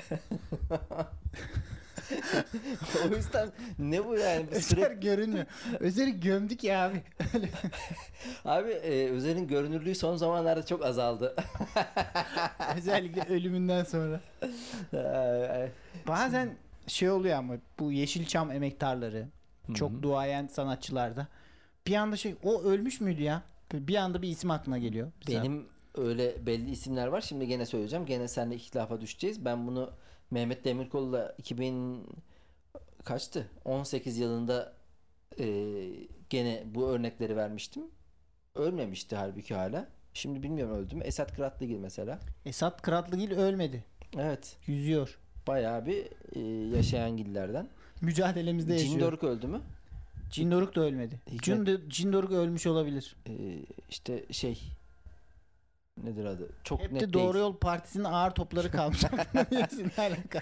O yüzden ne bu yani? Özer görünmüyor. Özer'i gömdük ya abi. Abi Özer'in görünürlüğü son zamanlarda çok azaldı. Özellikle ölümünden sonra. Bazen şey oluyor ama bu Yeşilçam emektarları çok duayen sanatçılarda bir anda o ölmüş müydü ya? Bir anda bir isim aklına geliyor. Benim öyle belli isimler var. Şimdi gene söyleyeceğim. Gene seninle ihtilafa düşeceğiz. Ben bunu Mehmet Demirkol'la 2000 kaçtı? 18 yılında gene bu örnekleri vermiştim. Ölmemişti halbuki hala. Şimdi bilmiyorum öldü mü. Esat Kıratlıgil mesela. Esat Kıratlıgil ölmedi. Evet. Yüzüyor. Bayağı bir yaşayan gillerden. Mücadelemizde yaşıyor. Cindoruk öldü mü? Cindoruk da ölmedi. Cindoruk ölmüş olabilir. İşte nedir adı? Çok Hep net de değil. Doğru Yol Partisi'nin ağır topları kalmış. Ne alaka?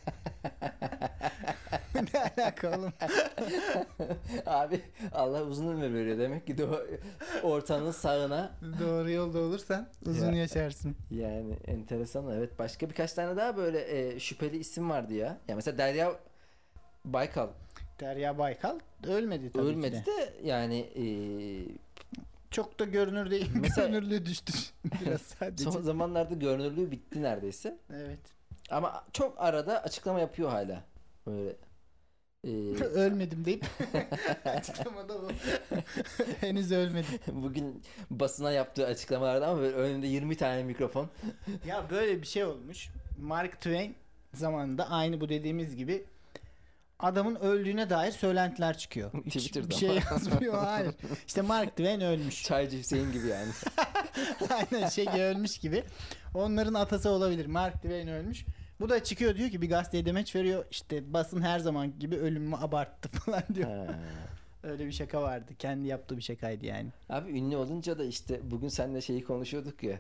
Ne alaka oğlum? Abi Allah uzun ömür veriyor. Demek ki de ortanın sağına. Doğru yolda olursan uzun Ya. yaşarsın. Yani enteresan. Evet, başka birkaç tane daha böyle şüpheli isim vardı ya. Ya mesela Derya Baykal Derya Baykal ölmedi tabii ölmedi ki de. de yani Çok da görünür değil. Mesela- Görünürlüğü düştü biraz sadece. son zamanlarda görünürlüğü bitti neredeyse. Evet. Ama çok arada açıklama yapıyor hala. Böyle Ölmedim deyip açıklamada bu. Henüz ölmedim. bugün basına yaptığı açıklamalarda ama böyle önünde 20 tane mikrofon. Ya böyle bir şey olmuş. Mark Twain zamanında aynı bu dediğimiz gibi adamın öldüğüne dair söylentiler çıkıyor. Twitter'da Bir şey yazmıyor. Hayır. İşte Mark Twain ölmüş. Çaycı Hüseyin gibi yani. Aynen ölmüş gibi. Onların atası olabilir. Mark Twain ölmüş. Bu da çıkıyor diyor ki bir gazeteye demeç veriyor. İşte basın her zaman gibi ölümümü abarttı falan diyor. Ha. Öyle bir şaka vardı. Kendi yaptığı bir şakaydı yani. Abi ünlü olunca da işte bugün seninle şeyi konuşuyorduk ya.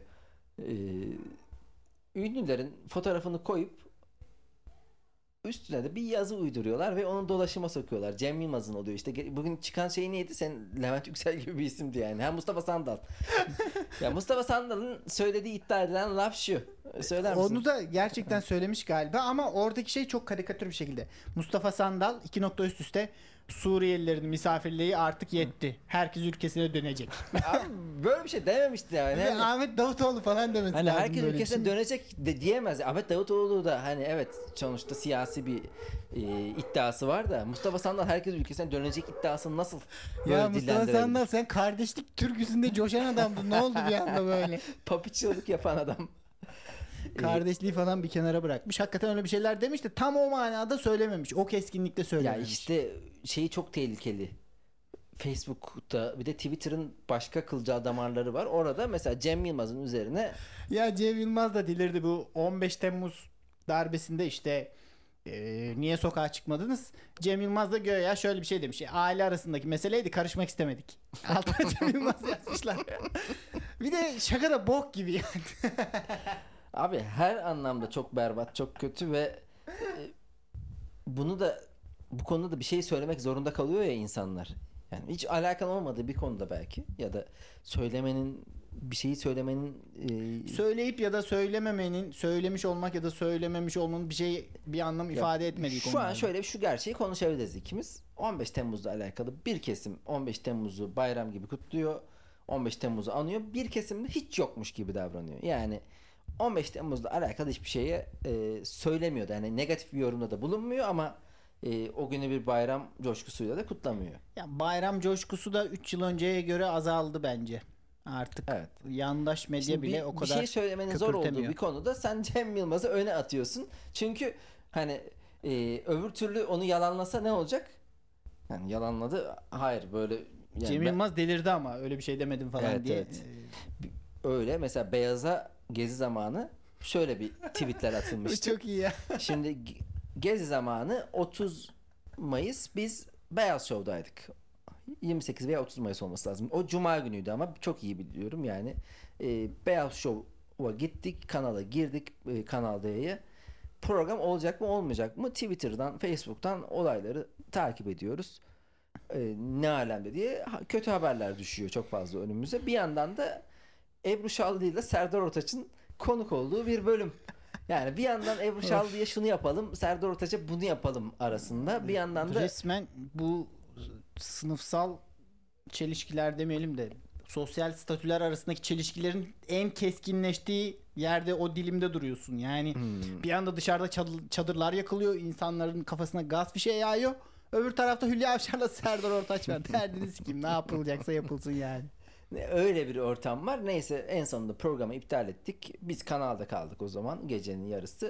Ünlülerin fotoğrafını koyup üstüne de bir yazı uyduruyorlar ve onu dolaşıma sokuyorlar. Cem Yılmaz'ın oluyor işte. Bugün çıkan şey neydi? Sen Levent Yüksel gibi bir isimdi yani. Ha, Mustafa Sandal. Ya Mustafa Sandal'ın söylediği iddia edilen laf şu. Söyler misin? Onu da gerçekten söylemiş galiba ama oradaki şey çok karikatür bir şekilde. Mustafa Sandal 2 nokta üst üste Suriyelilerin misafirliği artık yetti. Herkes ülkesine dönecek. Abi, böyle bir şey dememişti yani. Ve Hani, Ahmet Davutoğlu falan demesi hani lazım. herkes böyle bir ülkesine şey. dönecek de diyemez. Ahmet Davutoğlu da hani evet sonuçta siyasi bir iddiası var da Mustafa Sandal herkes ülkesine dönecek iddiasını nasıl böyle Ya Mustafa dillendirebilir? Sandal sen kardeşlik türküsünde coşan adamdın. Ne oldu bir anda böyle? Papiçilik yapan adam. Kardeşliği falan bir kenara bırakmış. Hakikaten öyle bir şeyler demiş de tam o manada söylememiş. O keskinlikte Ya söylememiş. işte şeyi çok tehlikeli. Facebook'ta bir de Twitter'ın başka kılcal damarları var. Orada mesela Cem Yılmaz'ın üzerine Ya Cem Yılmaz da delirdi bu 15 Temmuz darbesinde işte niye sokağa çıkmadınız? Cem Yılmaz da göya şöyle bir şey demiş. Aile arasındaki meseleydi, karışmak istemedik. Altına Cem Yılmaz yazmışlar. Bir de şaka da bok gibi yani. abi her anlamda çok berbat, çok kötü ve bunu da bu konuda da bir şey söylemek zorunda kalıyor ya insanlar. Yani hiç alakalı olmadığı bir konuda belki ya da bir şeyi söylemenin Söyleyip ya da söylememenin, söylemiş olmak ya da söylememiş olmanın bir anlam ifade etmediği şu konular. an şöyle şu gerçeği konuşabiliriz ikimiz. 15 Temmuz'la alakalı bir kesim 15 Temmuz'u bayram gibi kutluyor. 15 Temmuz'u anıyor. Bir kesim de hiç yokmuş gibi davranıyor. Yani 15 Temmuz'la alakalı hiçbir şeye söylemiyor da. Yani negatif bir yorumda da bulunmuyor ama o günü bir bayram coşkusuyla da kutlamıyor. Ya bayram coşkusu da 3 yıl önceye göre azaldı bence. Artık Evet. yandaş medya Şimdi bile o kadar bir şey söylemenin zor olduğu köpürtemiyor. bir konuda sen Cem Yılmaz'ı öne atıyorsun. Çünkü hani öbür türlü onu yalanlasa ne olacak? Yani yalanladı. Hayır böyle yani Cem Yılmaz delirdi ama öyle bir şey demedim falan Evet, diye. evet. öyle mesela Beyaz'a gezi zamanı şöyle bir tweetler Bu atılmıştı. çok iyi ya. Şimdi gezi zamanı 30 Mayıs biz Beyaz Show'daydık. 28 veya 30 Mayıs olması lazım. O cuma günüydü ama çok iyi biliyorum yani. Beyaz Show'a gittik, kanala girdik, Kanal D'ye. Program olacak mı olmayacak mı? Twitter'dan, Facebook'tan olayları takip ediyoruz. Ne alemde diye kötü haberler düşüyor çok fazla önümüze. Bir yandan da Ebru Şallı ile Serdar Ortaç'ın konuk olduğu bir bölüm. Yani bir yandan Ebru Şallı'ya şunu yapalım, Serdar Ortaç'a bunu yapalım arasında. Bir yandan da Resmen bu sınıfsal çelişkiler demeyelim de sosyal statüler arasındaki çelişkilerin en keskinleştiği yerde o dilimde duruyorsun. Yani bir anda dışarıda çadırlar yakılıyor, insanların kafasına gaz fişeği yağıyor. Öbür tarafta Hülya Avşar'la Serdar Ortaç var. Derdini sikeyim, ne yapılacaksa yapılsın yani. öyle bir ortam var. Neyse en sonunda programı iptal ettik. Biz kanalda kaldık o zaman gecenin yarısı.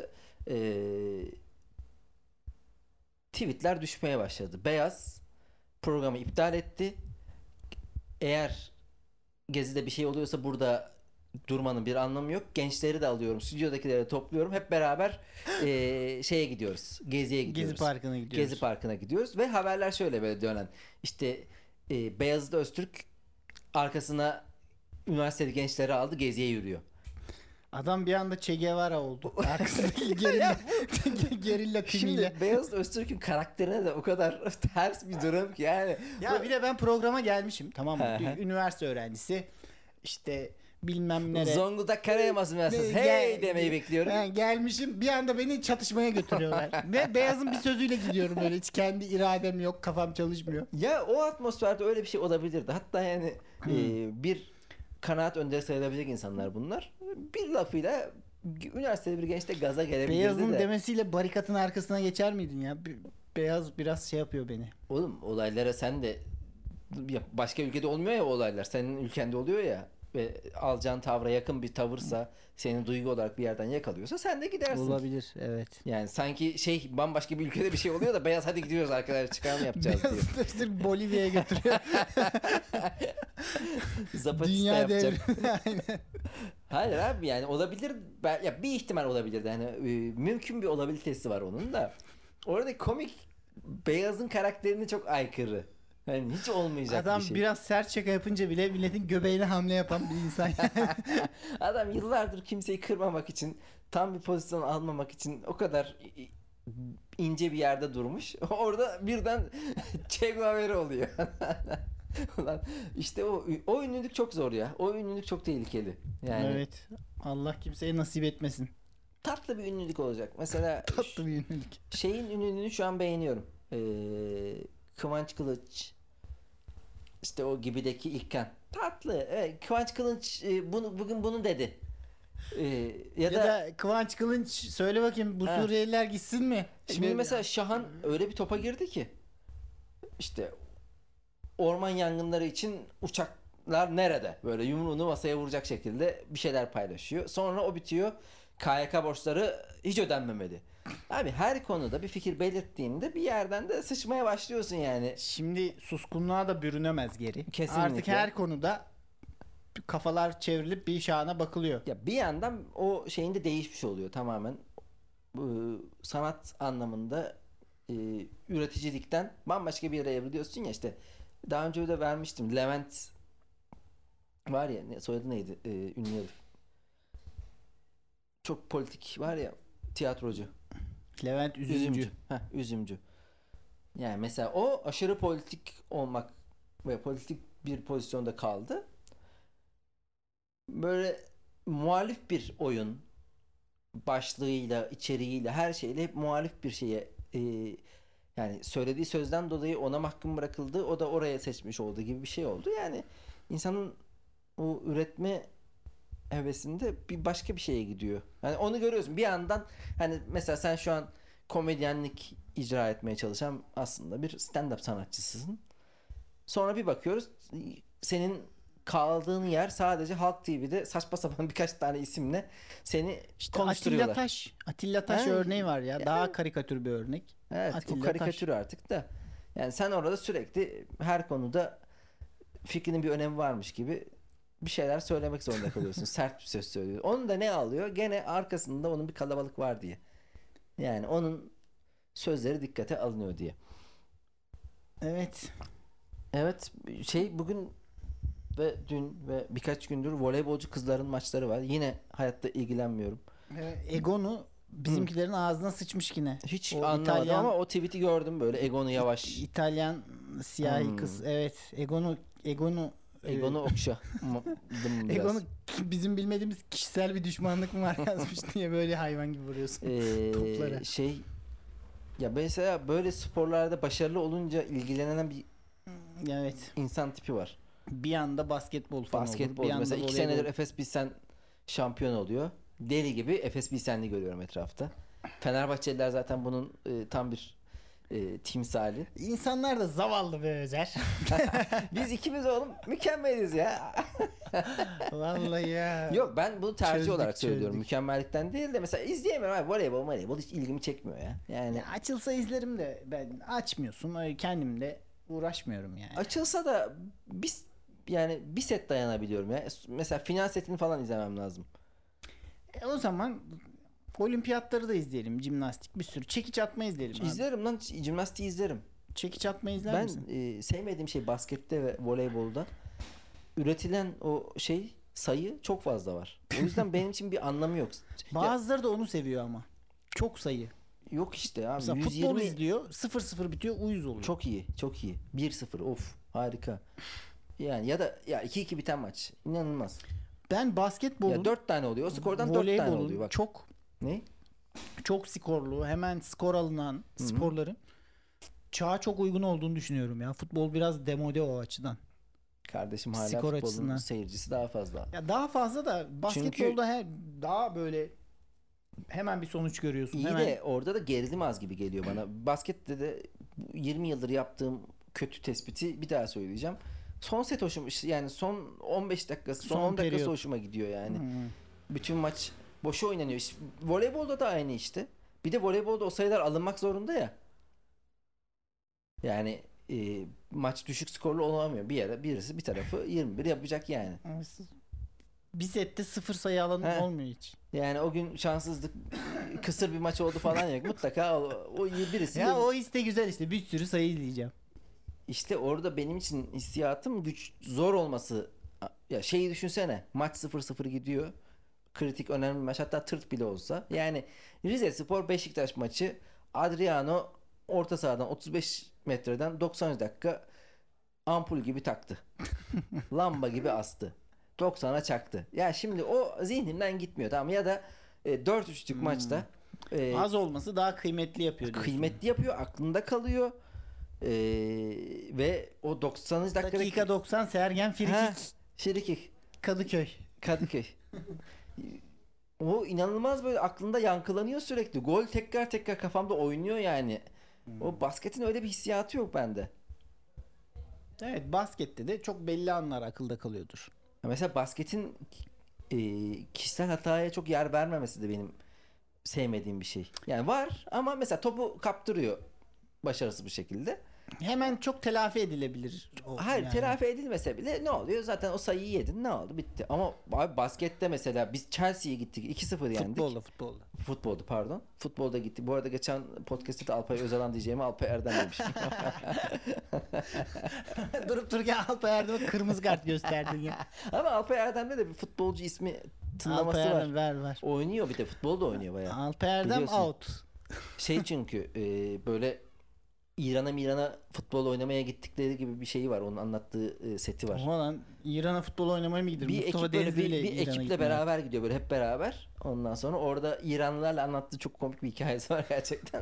tweetler düşmeye başladı. Beyaz programı iptal etti. Eğer Gezi'de bir şey oluyorsa burada durmanın bir anlamı yok. Gençleri de alıyorum. Stüdyodakileri de topluyorum. Hep beraber şeye gidiyoruz. Gezi'ye gidiyoruz. Gezi Parkı'na gidiyoruz. Gezi Parkı'na gidiyoruz. Ve haberler şöyle böyle dönen. İşte Beyazıt Öztürk arkasına üniversiteli gençleri aldı. Gezi'ye yürüyor. Adam bir anda Che Guevara oldu. Arkasındaki gerilla timiyle. Şimdi Beyazıt Öztürk'ün karakterine de o kadar ters bir durum ki yani. Ya bir de ben programa gelmişim, tamam mı? Üniversite öğrencisi. İşte bilmem nere. Zonguldak Karayelmaz Üniversitesi hey demeyi bekliyorum. Yani gelmişim, bir anda beni çatışmaya götürüyorlar. Ve Beyaz'ın bir sözüyle gidiyorum böyle. Hiç kendi iradem yok, kafam çalışmıyor. Ya o atmosferde öyle bir şey olabilirdi. Hatta yani bir kanaat önderi sayılabilecek insanlar bunlar. Bir lafıyla üniversitede bir gençte gaza gelebilirdi Beyaz'ın de. demesiyle barikatın arkasına geçer miydin ya? Beyaz biraz şey yapıyor beni. Oğlum olaylara sen de başka ülkede olmuyor ya o olaylar. Senin ülkende oluyor ya. Ve alacağın tavra yakın bir tavırsa, seni duygu olarak bir yerden yakalıyorsa sen de gidersin. Olabilir, evet. Yani sanki bambaşka bir ülkede bir şey oluyor da Beyaz hadi gidiyoruz arkadaşlar çıkarım yapacağız diyor. Beyaz Bolivya'ya götürüyor. Zapatista Dünya yapacak. devrimi. Aynen. Hayır abi yani olabilir. Ya bir ihtimal olabilirdi. Yani mümkün bir olabilitesi var onun da. Orada komik Beyaz'ın karakterine çok aykırı. Yani hiç olmayacak Adam bir şey. biraz sert şaka yapınca bile milletin göbeğine hamle yapan bir insan. Adam yıllardır kimseyi kırmamak için, tam bir pozisyon almamak için o kadar ince bir yerde durmuş. Orada birden Che Guevara oluyor. Ulan işte o ünlülük çok zor ya. O ünlülük çok tehlikeli. Yani Evet. Allah kimseye nasip etmesin. tatlı bir ünlülük olacak. Mesela Tatlı bir ünlülük. şeyin ünlülüğünü şu an beğeniyorum. Kıvanç Kılıç, işte o Gibi'deki İlkan. Tatlı. Evet, Kıvanç Kılıç bugün bunu dedi. Ya da Kıvanç Kılınç söyle bakayım, bu Suriyeliler gitsin mi? şimdi mesela Şahan öyle bir topa girdi ki işte orman yangınları için uçaklar nerede? Böyle yumruğunu masaya vuracak şekilde bir şeyler paylaşıyor. Sonra o bitiyor. KYK borçları hiç ödenmemeli. Abi her konuda bir fikir belirttiğinde bir yerden de sıçmaya başlıyorsun yani. Şimdi suskunluğa da bürünemez geri. Kesinlikle. Artık her konuda kafalar çevrilip bir şahına bakılıyor. Ya bir yandan o şeyin de değişmiş oluyor tamamen. Sanat anlamında üreticilikten bambaşka bir yere evriliyorsun ya işte. Daha önce de vermiştim. Levent var ya, soyadı neydi? Ünlü herif. Çok politik var ya, tiyatrocu. Levent Üzümcü. Üzümcü. Yani mesela o aşırı politik olmak ve politik bir pozisyonda kaldı. Böyle muhalif bir oyun başlığıyla, içeriğiyle, her şeyle hep muhalif bir şeye yani söylediği sözden dolayı ona mahkum bırakıldı. O da oraya seçmiş oldu gibi bir şey oldu. Yani insanın o üretme hevesinde bir başka bir şeye gidiyor. Yani onu görüyorsun. Bir yandan hani mesela sen şu an komedyenlik icra etmeye çalışan aslında bir stand-up sanatçısısın. Sonra bir bakıyoruz senin kaldığın yer sadece Halk TV'de saçma sapan birkaç tane isimle seni İşte konuşturuyorlar. Atilla Taş örneği var ya. Daha karikatür bir örnek. Evet, Atilla o karikatür artık da. Yani sen orada sürekli her konuda fikrinin bir önemi varmış gibi bir şeyler söylemek zorunda kalıyorsun. Sert bir söz söylüyor. Onun da ne alıyor? Gene arkasında onun bir kalabalık var diye. Yani onun sözleri dikkate alınıyor diye. Evet. Evet, bugün ve dün ve birkaç gündür voleybolcu kızların maçları var. Yine hayatta ilgilenmiyorum. Egon'u bizimkilerin ağzına sıçmış yine. Hiç O anlamadım ama o tweet'i gördüm böyle Egon'u yavaş. İtalyan siyahi kız. Evet. Egon'u okşa. Egon'u bizim bilmediğimiz kişisel bir düşmanlık mı var yazmış diye böyle hayvan gibi vuruyorsun toplara. Ya mesela böyle sporlarda başarılı olunca ilgilenen bir evet. insan tipi var. Bir anda basketbol falan Basketbol. olur. Bir Mesela 2 voleybol. senedir Efes Pilsen şampiyon oluyor. Deli gibi Efes Pilsen'i görüyorum etrafta. Fenerbahçeliler zaten bunun tam bir timsali. İnsanlar da zavallı ve özer. Biz ikimiz oğlum mükemmeliz ya. Vallahi ya. Yok, ben bunu tercih Çözdük, olarak söylüyorum. çözdük. Mükemmellikten değil de mesela izleyemiyorum abi, voleybol hiç ilgimi çekmiyor ya. Yani Ya açılsa izlerim de ben açmıyorsun. Öyle kendim de uğraşmıyorum yani. açılsa da bir set dayanabiliyorum ya. Mesela final setini falan izlemem lazım. O zaman olimpiyatları da izleyelim. Jimnastik bir sürü. Çekiç atma izleyelim abi. İzlerim lan, jimnastiği izlerim. Çekiç atma izler Ben misin? sevmediğim şey baskette ve voleybolda üretilen o sayı çok fazla var. O yüzden benim için bir anlamı yok. Bazıları da onu seviyor ama. Çok sayı. Yok işte abi, Mesela 120 futbol izliyor. 0-0 bitiyor. Uyuz oluyor. çok iyi, çok iyi. 1-0, of, harika. Yani ya da 2-2 biten maç. İnanılmaz. Ben basketbolun, Ya 4 tane oluyor. O skordan 4 tane voleybolun oluyor bak. Ne? çok skorlu, hemen skor alınan sporların çağa çok uygun olduğunu düşünüyorum ya. Futbol biraz demode o açıdan. Kardeşim, hala Skor futbolun açısından. seyircisi daha fazla. Ya daha fazla da basketbolda daha böyle hemen bir sonuç görüyorsun. İyi Hemen de orada da gerilim az gibi geliyor bana. Baskette de 20 yıldır yaptığım kötü tespiti bir daha söyleyeceğim. Son set hoşuma, yani son 15 dakikası, son Son 10 dakikası periyot. hoşuma gidiyor yani. Bütün maç boşa oynanıyor. Voleybolda da aynı işte. Bir de voleybolda o sayılar alınmak zorunda ya. Yani maç düşük skorlu olamıyor. Bir tarafı 21 yapacak yani. bir sette 0 sayı alan He. olmuyor hiç. Yani o gün şanssızlık, kısır bir maç oldu falan ya. Mutlaka o birisi. Ya o iste güzel işte. Bir sürü sayı izleyeceğim. İşte orada benim için hissiyatım zor olması. Ya şeyi düşünsene. Maç 0-0 gidiyor. Kritik, önemli bir maç. Hatta tırt bile olsa. Yani Rizespor Beşiktaş maçı, Adriano orta sahadan 35 metreden 90 dakika ampul gibi taktı. Lamba gibi astı. 90'a çaktı. Ya şimdi o zihnimden gitmiyor, tamam, ya da 4-3'lük maçta Az olması daha kıymetli yapıyor diyorsun. kıymetli yapıyor, aklında kalıyor. Ve o 90. dakikadaki Dakika 90 Sergen Frikik Şirikik Kadıköy. Kadıköy. O inanılmaz, böyle aklında yankılanıyor sürekli. Gol tekrar tekrar kafamda oynuyor yani. O basketin öyle bir hissiyatı yok bende. Evet, baskette de çok belli anlar akılda kalıyordur. Mesela basketin kişisel hataya çok yer vermemesi de benim sevmediğim bir şey. Yani var ama mesela topu kaptırıyor başarısız bir şekilde. Hemen çok telafi edilebilir. Hayır, yani. telafi edilmese bile ne oluyor? Zaten o sayıyı yedin, ne oldu? Bitti. Ama abi baskette mesela biz Chelsea'ye gittik, 2-0 yendik. Futbolda pardon. Futbolda gittik. Bu arada geçen podcast'te de Alpay Özalan diyeceğimi Alpay Erdem demişim. Durup dururken Alpay Erdem'e kırmızı kart gösterdin ya. Ama Alpay Erdem'de de bir futbolcu ismi tınlaması Alpay var. Erdem ver. Oynuyor, bir de futbolda oynuyor bayağı. Alpay Erdem Biliyorsun. out. Çünkü böyle İran'a futbol oynamaya gittikleri gibi bir şeyi var. Onun anlattığı seti var. Oha lan, İran'a futbol oynamaya mı gidiyor? Bir Mustafa ekip böyle Denizli ile bir İran'a ekiple gitmiyor. beraber gidiyor, böyle hep beraber. Ondan sonra orada İranlılarla anlattığı çok komik bir hikayesi var gerçekten.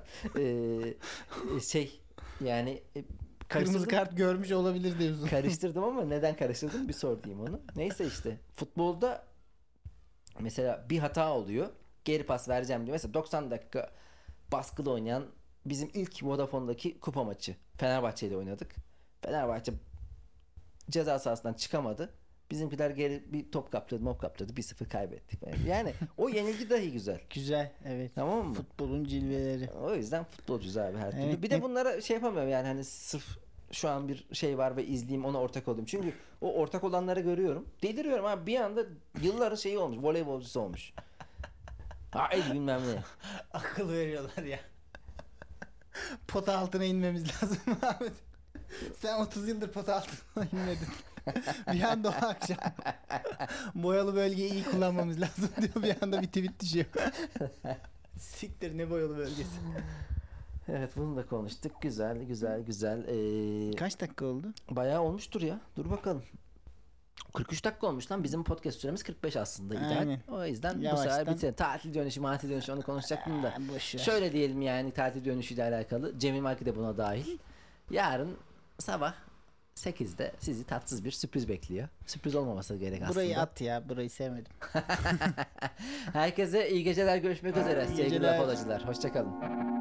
Yani Kırmızı kart görmüş olabilir diyorsun. karıştırdım ama neden karıştırdım bir sor diyeyim onu. Neyse işte futbolda mesela bir hata oluyor. Geri pas vereceğim diyor. Mesela 90 dakika baskılı oynayan bizim ilk Vodafone'daki kupa maçı. Fenerbahçe ile oynadık. Fenerbahçe ceza sahasından çıkamadı. Bizimkiler geri bir top kaptırdı 1-0 kaybettik. Yani o yenilgi dahi güzel. Güzel, evet. Tamam mı? Futbolun cilveleri. O yüzden futbolcuyuz abi her türlü. Evet, Bir de bunlara şey yapamıyorum yani, hani sırf şu an bir şey var ve izleyeyim, ona ortak olayım. Çünkü o ortak olanları görüyorum. Deliriyorum abi, bir anda yılların şeyi olmuş. Voleybolcusu olmuş. Haydi bilmem ne. Akıl veriyorlar ya. Pota altına inmemiz lazım Ahmet. Sen 30 yıldır pota altına inmedin. Bir anda o akşam boyalı bölgeyi iyi kullanmamız lazım diyor. Bir anda bir tweet düşüyor. Siktir, ne boyalı bölgesi. Evet, bunu da konuştuk. Güzel. Kaç dakika oldu? Bayağı olmuştur ya. Dur bakalım. 43 dakika olmuş lan. Bizim podcast süremiz 45 aslında. Aynen. O yüzden Yavaştan. bu sefer bitirelim. Tatil dönüşü onu konuşacaktım da. Boş ver. Şöyle diyelim yani, tatil dönüşüyle alakalı. Cemil Marki de buna dahil. Yarın sabah 8'de sizi tatsız bir sürpriz bekliyor. Sürpriz olmaması gerek aslında. Burayı at ya. Burayı sevmedim. Herkese iyi geceler, görüşmek üzere. İyi Sevgili geceler. raporacılar. Hoşçakalın.